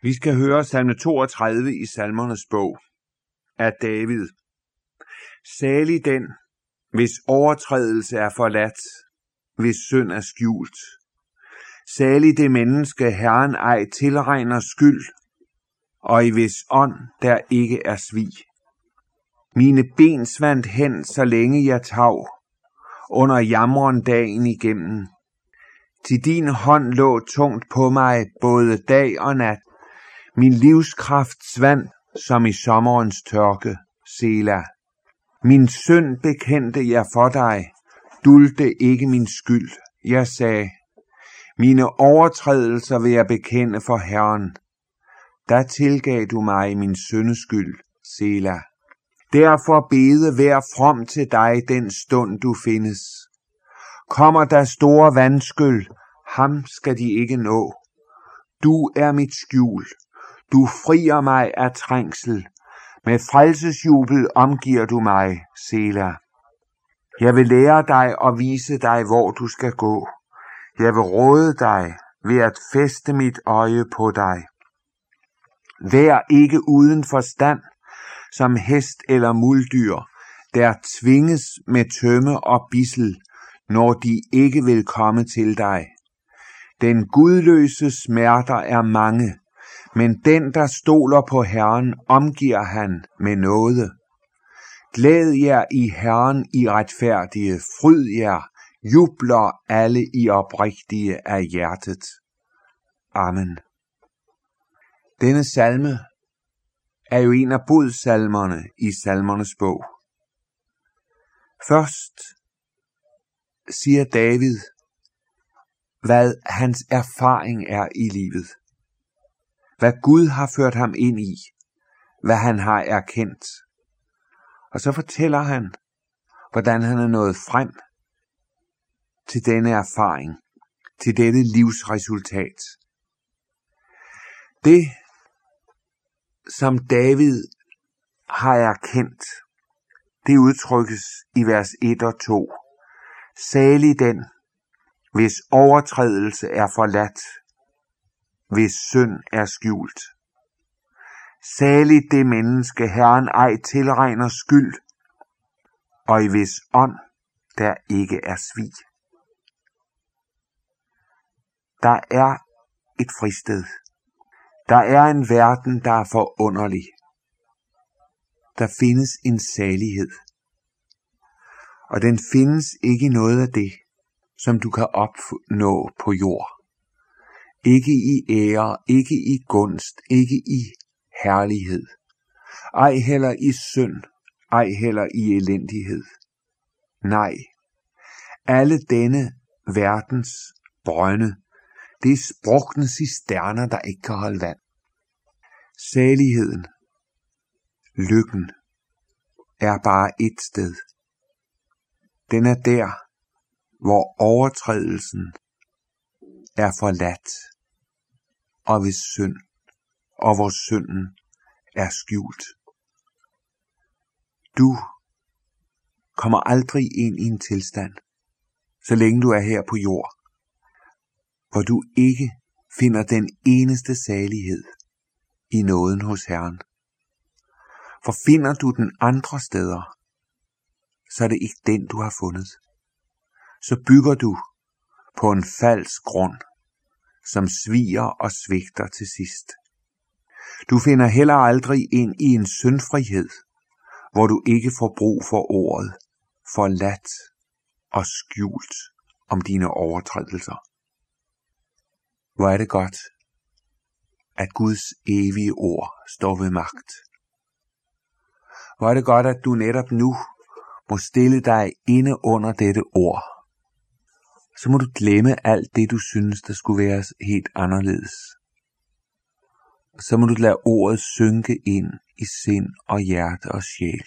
Vi skal høre salme 32 i Salmernes bog af David. Salig den, hvis overtrædelse er forladt, hvis synd er skjult. Salig det menneske, Herren ej tilregner skyld, og i hvis ånd der ikke er svig. Mine ben svandt hen, så længe jeg tav, under jamren dagen igennem. Til din hånd lå tungt på mig, både dag og nat. Min livskraft svand, som i sommerens tørke, Sela. Min synd bekendte jeg for dig, duldte ikke min skyld. Jeg sagde, mine overtrædelser vil jeg bekende for Herren. Der tilgav du mig min syndeskyld, Sela. Derfor bede hver from til dig den stund du findes. Kommer der store vandskyld, ham skal de ikke nå. Du er mit skjul. Du frier mig af trængsel. Med frelsesjubel omgiver du mig, Sela. Jeg vil lære dig og vise dig, hvor du skal gå. Jeg vil råde dig ved at fæste mit øje på dig. Vær ikke uden forstand, som hest eller muldyr, der tvinges med tømme og bidsel, når de ikke vil komme til dig. Den gudløse smerter er mange, men den, der stoler på Herren, omgiver han med nåde. Glæd jer i Herren i retfærdige, fryd jer, jubler alle i oprigtige af hjertet. Amen. Denne salme er jo en af bodsalmerne i Salmernes bog. Først siger David, hvad hans erfaring er i livet. Hvad Gud har ført ham ind i, hvad han har erkendt. Og så fortæller han, hvordan han er nået frem til denne erfaring, til dette livsresultat. Det, som David har erkendt, det udtrykkes i vers 1 og 2. Salig den, hvis overtrædelse er forladt, hvis synd er skjult. Salig det menneske, Herren ej tilregner skyld, og i hvis ånd der ikke er svig. Der er et fristed. Der er en verden, der er forunderlig. Der findes en salighed. Og den findes ikke i noget af det, som du kan opnå på jord. Ikke i ære, ikke i gunst, ikke i herlighed. Ej heller i synd, ej heller i elendighed. Nej, alle denne verdens brønde, det er sprukne cisterner, der ikke kan holde vand. Saligheden, lykken, er bare et sted. Den er der, hvor overtrædelsen er forladt, og hvis synd, og hvor synden er skjult. Du kommer aldrig ind i en tilstand, så længe du er her på jord, hvor du ikke finder den eneste salighed i nåden hos Herren. For finder du den andre steder, så er det ikke den, du har fundet. Så bygger du på en falsk grund, som sviger og svigter til sidst. Du finder heller aldrig ind i en syndfrihed, hvor du ikke får brug for ordet, forladt og skjult om dine overtrædelser. Hvor er det godt, at Guds evige ord står ved magt. Hvor er det godt, at du netop nu må stille dig inde under dette ord. Så må du glemme alt det, du synes, der skulle være helt anderledes. Så må du lade ordet synke ind i sind og hjerte og sjæl.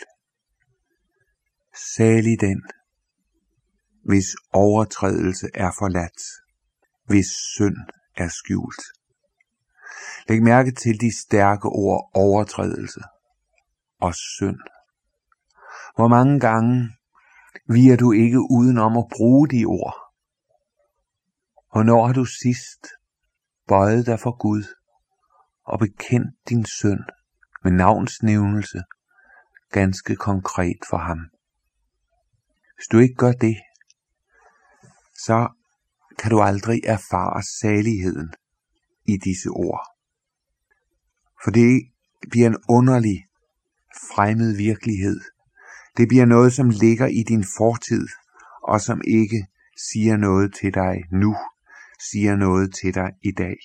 Salig den, hvis overtrædelse er forladt, hvis synd er skjult. Læg mærke til de stærke ord overtrædelse og synd. Hvor mange gange viger du ikke udenom at bruge de ord? Hvornår har du sidst bøjet dig for Gud og bekend din synd med navnsnævnelse ganske konkret for ham. Hvis du ikke gør det, så kan du aldrig erfare saligheden i disse ord. For det bliver en underlig, fremmed virkelighed. Det bliver noget, som ligger i din fortid, og som ikke siger noget til dig nu, siger noget til dig i dag.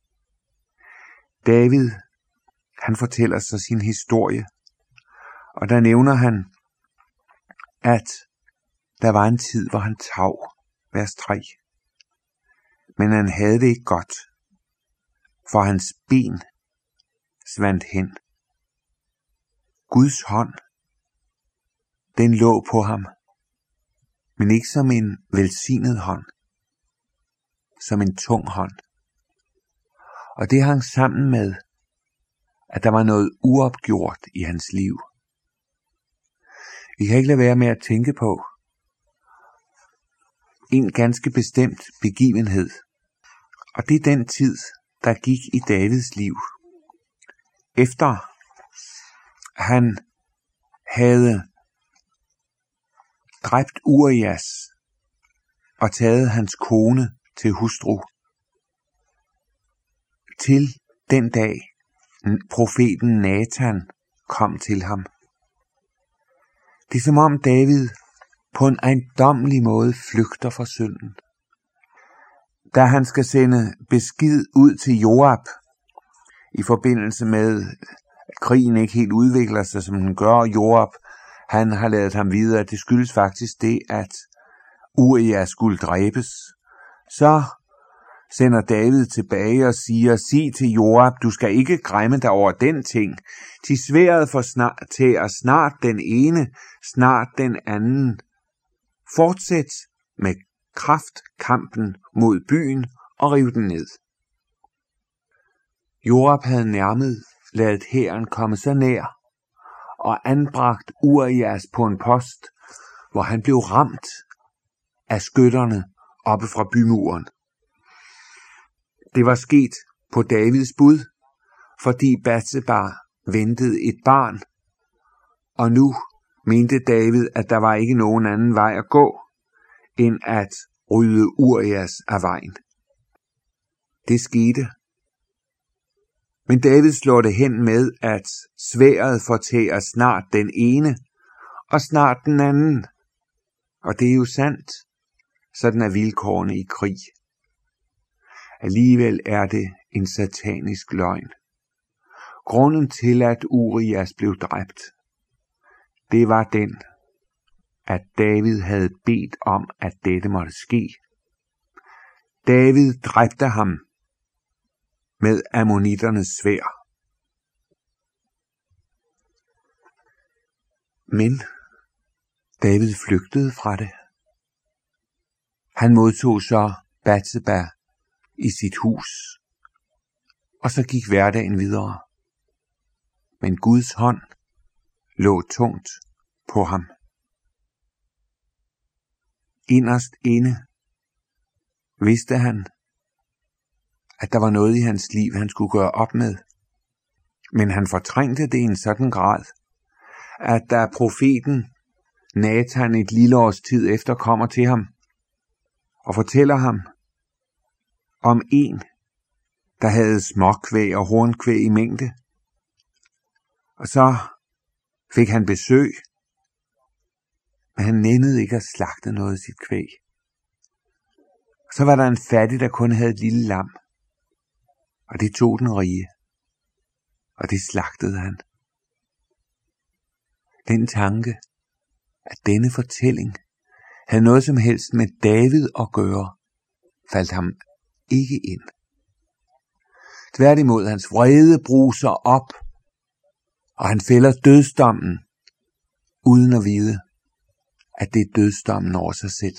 David, han fortæller så sin historie, og der nævner han, at der var en tid, hvor han tav, vers 3. Men han havde det ikke godt, for hans ben svandt hen. Guds hånd, den lå på ham, men ikke som en velsignet hånd, som en tung hånd. Og det hang sammen med, at der var noget uopgjort i hans liv. Vi kan ikke lade være med at tænke på en ganske bestemt begivenhed, og det er den tid, der gik i Davids liv. Efter han havde dræbt Urias og taget hans kone til hustru, til den dag profeten Nathan kom til ham. Det er som om David på en ejendommelig måde flygter fra synden. Da han skal sende besked ud til Joab i forbindelse med, at krigen ikke helt udvikler sig, som den gør, Joab, han har ladet ham vide, at det skyldes faktisk det, at Urias skulle dræbes. Så sender David tilbage og siger, sig til Joab, du skal ikke græmme dig over den ting. Til sværdet for til at snart den ene, snart den anden. Fortsæt med kraft kampen mod byen og riv den ned. Joab havde nærmet ladet hæren komme så nær og anbragt Urias på en post, hvor han blev ramt af skytterne oppe fra bymuren. Det var sket på Davids bud, fordi Batseba ventede et barn, og nu mente David, at der var ikke nogen anden vej at gå, end at rydde Urias af vejen. Det skete. Men David slår det hen med, at sværdet fortærer snart den ene, og snart den anden. Og det er jo sandt. Sådan er vilkårene i krig. Alligevel er det en satanisk løgn. Grunden til, at Urias blev dræbt, det var den, at David havde bedt om, at dette måtte ske. David dræbte ham med ammonitternes sværd. Men David flygtede fra det. Han modtog så Batseba i sit hus, og så gik hverdagen videre. Men Guds hånd lå tungt på ham. Inderst inde vidste han, at der var noget i hans liv, han skulle gøre op med. Men han fortrængte det i en sådan grad, at da profeten Nathan et lille års tid efter kommer til ham og fortæller ham om en, der havde småkvæg og hornkvæg i mængde, og så fik han besøg, men han nændede ikke at slagte noget af sit kvæg. Så var der en fattig, der kun havde et lille lam, og det tog den rige, og det slagtede han. Den tanke, at denne fortælling havde noget som helst med David at gøre, faldt ham ikke ind. Tværtimod, hans vrede bruser op, og han fælder dødsdommen, uden at vide, at det er dødsdommen over sig selv.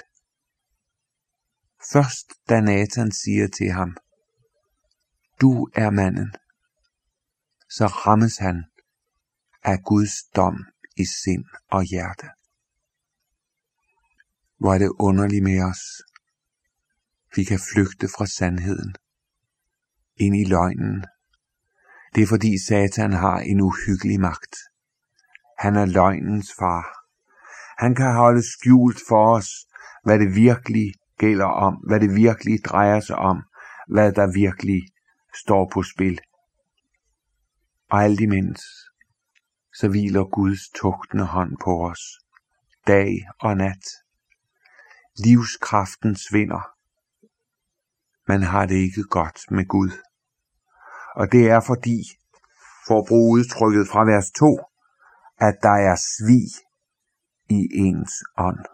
Først da Nathan siger til ham, du er manden, så rammes han af Guds dom i sind og hjerte. Hvor er det underligt med os. Vi kan flygte fra sandheden, ind i løgnen, Det er fordi Satan har en uhyggelig magt. Han er løgnens far. Han kan holde skjult for os, hvad det virkelig gælder om, hvad det virkelig drejer sig om, hvad der virkelig står på spil. Og alt imens, så hviler Guds tugtende hånd på os, dag og nat. Livskraften svinder. Man har det ikke godt med Gud. Og det er fordi, for at bruge udtrykket fra vers 2, at der er svig i ens ånd.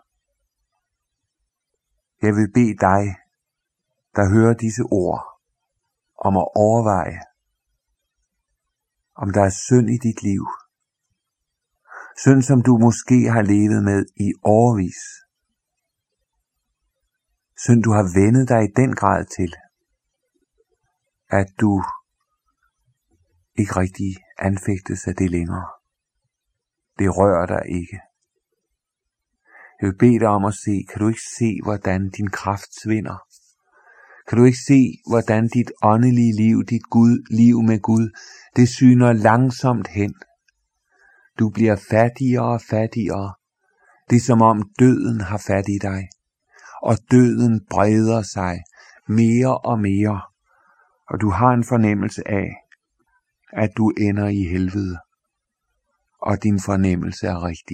Jeg vil bede dig, der hører disse ord, om at overveje, om der er synd i dit liv. Synd, som du måske har levet med i årevis. Synd, du har vendet dig i den grad til, at du ikke rigtig anfægtes af det længere. Det rører dig ikke. Jeg vil bede dig om at se, kan du ikke se, hvordan din kraft svinder? Kan du ikke se, hvordan dit åndelige liv, dit liv med Gud, det syner langsomt hen? Du bliver fattigere og fattigere. Det er som om døden har fat i dig. Og døden breder sig mere og mere. Og du har en fornemmelse af, at du ender i helvede. Og din fornemmelse er rigtig.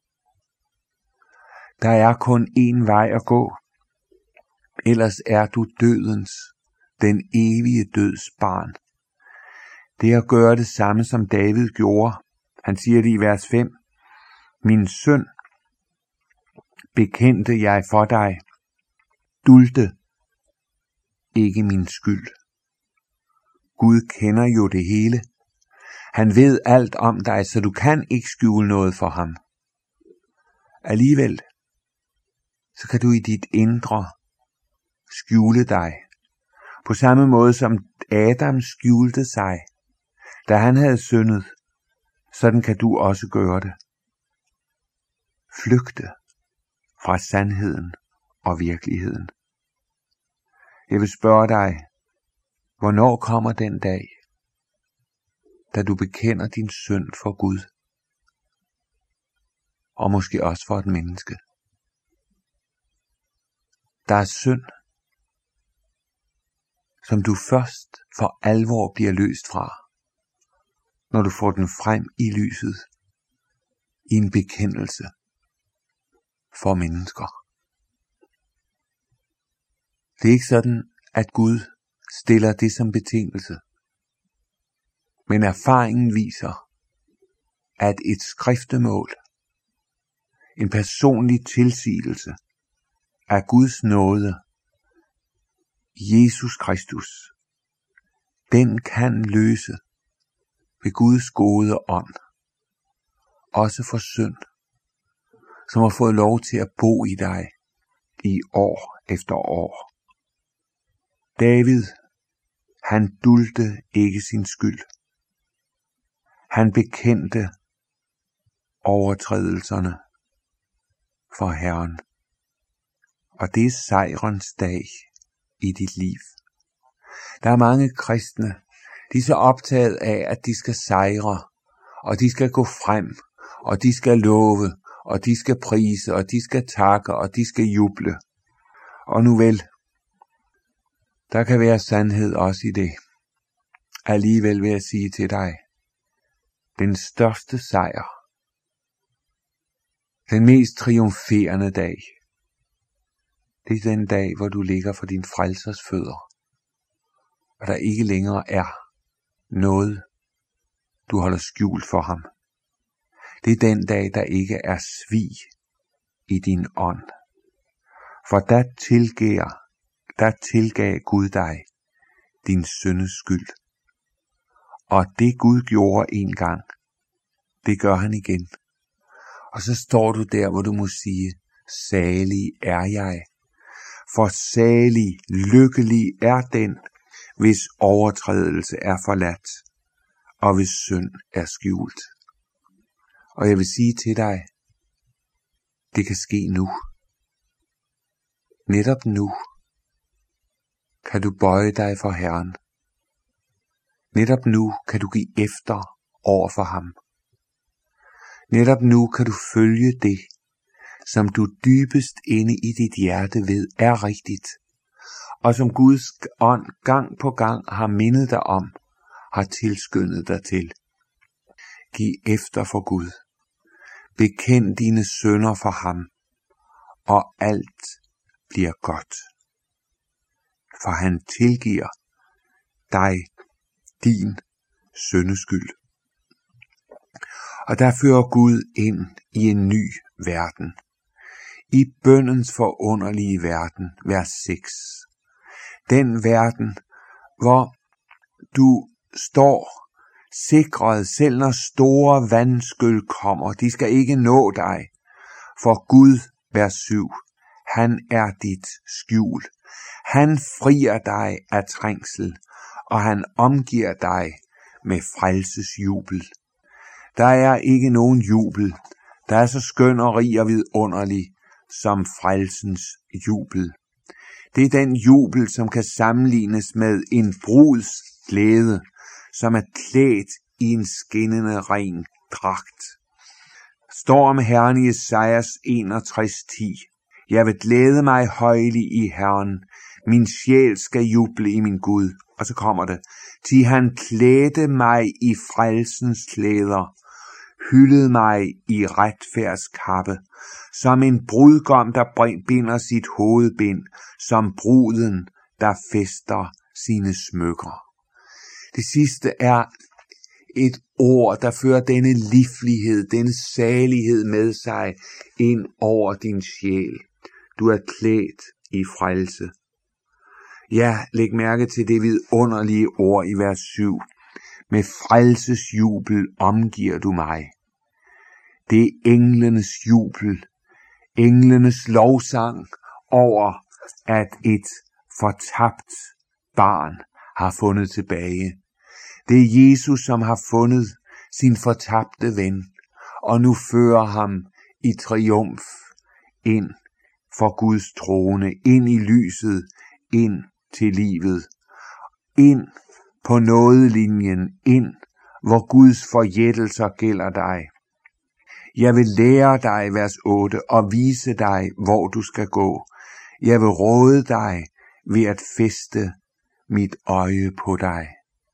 Der er kun én vej at gå. Ellers er du dødens, den evige døds barn. Det er at gøre det samme, som David gjorde. Han siger det i vers 5. Min søn, bekendte jeg for dig, dulte ikke min skyld. Gud kender jo det hele. Han ved alt om dig, så du kan ikke skjule noget for ham. Alligevel, så kan du i dit indre skjule dig. På samme måde som Adam skjulte sig, da han havde syndet, sådan kan du også gøre det. Flygte fra sandheden og virkeligheden. Jeg vil spørge dig, hvornår kommer den dag, da du bekender din synd for Gud, og måske også for et menneske? Der er synd, som du først for alvor bliver løst fra, når du får den frem i lyset, i en bekendelse for mennesker. Det er ikke sådan, at Gud stiller det som betingelse. Men erfaringen viser, at et skriftemål, en personlig tilsigelse af Guds nåde, Jesus Kristus, den kan løse ved Guds gode ånd, også for synd, som har fået lov til at bo i dig i år efter år. David, han dulte ikke sin skyld. Han bekendte overtrædelserne for Herren. Og det er sejrens dag i dit liv. Der er mange kristne, de er så optaget af, at de skal sejre, og de skal gå frem, og de skal love, og de skal prise, og de skal takke, og de skal juble. Og nu vel, der kan være sandhed også i det. Alligevel vil jeg sige til dig, den største sejr, den mest triumferende dag, det er den dag, hvor du ligger for din frelsers fødder, og der ikke længere er noget, du holder skjult for ham. Det er den dag, der ikke er svig i din ånd. For der tilgav Gud dig din syndes skyld. Og det Gud gjorde en gang, det gør han igen. Og så står du der, hvor du må sige, salig er jeg. For salig, lykkelig er den, hvis overtrædelse er forladt, og hvis synd er skjult. Og jeg vil sige til dig, det kan ske nu. Netop nu kan du bøje dig for Herren. Netop nu kan du give efter over for ham. Netop nu kan du følge det, som du dybest inde i dit hjerte ved er rigtigt, og som Guds ånd gang på gang har mindet dig om, har tilskyndet dig til. Giv efter for Gud. Bekend dine synder for ham, og alt bliver godt. For han tilgiver dig din syndeskyld. Og der fører Gud ind i en ny verden. I bønnens forunderlige verden, vers 6. Den verden, hvor du står sikret, selv når store vandskyld kommer. De skal ikke nå dig. For Gud, vers 7, han er dit skjul. Han frier dig af trængsel, og han omgiver dig med frelsesjubel. Der er ikke nogen jubel, der er så skøn og rig og vidunderlig som frelsens jubel. Det er den jubel, som kan sammenlignes med en bruds glæde, som er klædt i en skinnende ren dragt. Står om Herren i Esajas 61:10. Jeg vil glæde mig højligt i Herren. Min sjæl skal juble i min Gud. Og så kommer det. Ti han klædte mig i frelsens klæder, hyldede mig i retfærdskappe, som en brudgom, der binder sit hovedbind, som bruden, der fæster sine smykker. Det sidste er et ord, der fører denne livlighed, denne salighed med sig ind over din sjæl. Du er klædt i frelse. Ja, læg mærke til det vidunderlige ord i vers 7. Med frelsesjubel omgiver du mig. Det er englenes jubel, englenes lovsang over, at et fortabt barn har fundet tilbage. Det er Jesus, som har fundet sin fortabte ven, og nu fører ham i triumf ind for Guds trone, ind i lyset, ind til livet, ind på nådelinjen, ind hvor Guds forjættelser gælder dig. Jeg vil lære dig, vers 8, og vise dig, hvor du skal gå. Jeg vil råde dig ved at fæste mit øje på dig.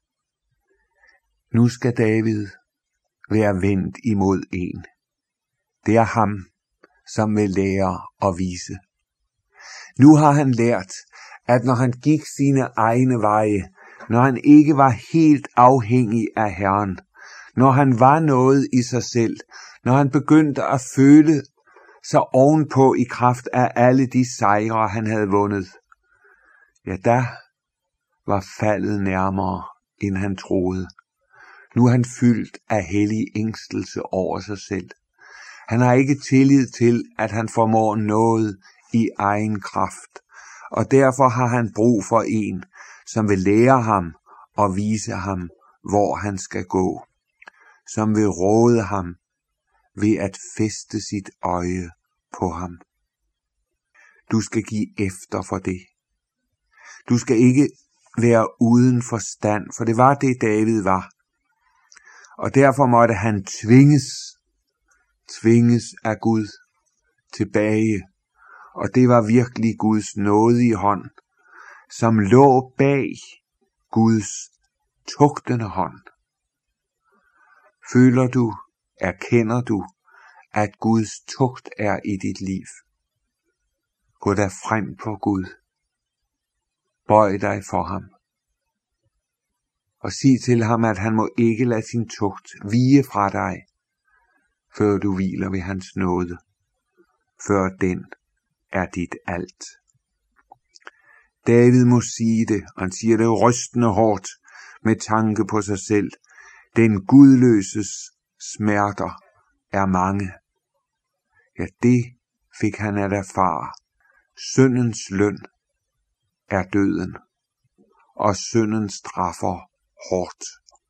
Nu skal David være vendt imod en. Det er ham, som vil lære og vise. Nu har han lært, at når han gik sine egne veje, når han ikke var helt afhængig af Herren, når han var noget i sig selv, når han begyndte at føle sig ovenpå i kraft af alle de sejre, han havde vundet, ja, der var faldet nærmere, end han troede. Nu er han fyldt af hellig ængstelse over sig selv. Han har ikke tillid til, at han formår noget i egen kraft, og derfor har han brug for en, som vil lære ham og vise ham, hvor han skal gå, som vil råde ham ved at fæste sit øje på ham. Du skal give efter for det. Du skal ikke være uden forstand, for det var det, David var. Og derfor måtte han tvinges af Gud tilbage. Og det var virkelig Guds nådige hånd, som lå bag Guds tugtende hånd. Føler du, erkender du, at Guds tugt er i dit liv? Gå da frem for Gud. Bøj dig for ham. Og sig til ham, at han må ikke lade sin tugt vige fra dig, før du hviler ved hans nåde, før den er dit alt. David må sige det, og han siger det rystende hårdt med tanke på sig selv. Den gudløses smerter er mange. Ja, det fik han at erfare. Syndens løn er døden, og synden straffer hårdt.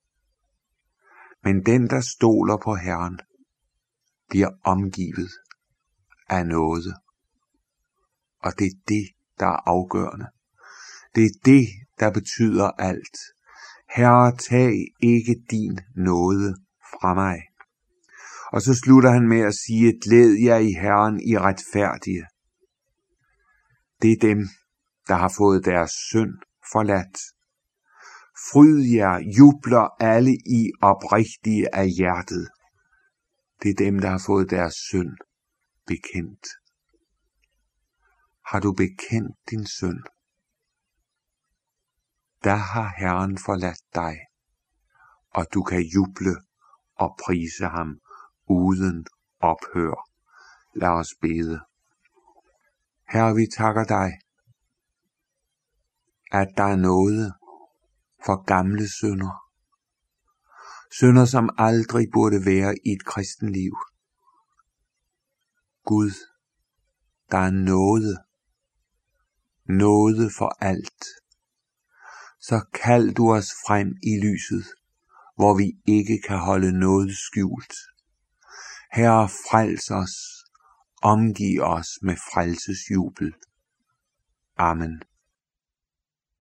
Men den, der stoler på Herren, bliver omgivet af nåde. Og det er det, der er afgørende. Det er det, der betyder alt. Herre, tag ikke din nåde fra mig. Og så slutter han med at sige, glæd jer i Herren i retfærdige. Det er dem, der har fået deres synd forladt. Fryd jer, jubler alle I oprigtige af hjertet. Det er dem, der har fået deres synd bekendt. Har du bekendt din synd? Der har Herren forladt dig, og du kan juble og prise ham uden ophør. Lad os bede. Herre, vi takker dig, at der er noget for gamle synder. Synder, som aldrig burde være i et kristenliv. Gud, der er nåde for alt. Så kald du os frem i lyset, hvor vi ikke kan holde noget skjult. Herre, frels os, omgiv os med frelsesjubel. Amen.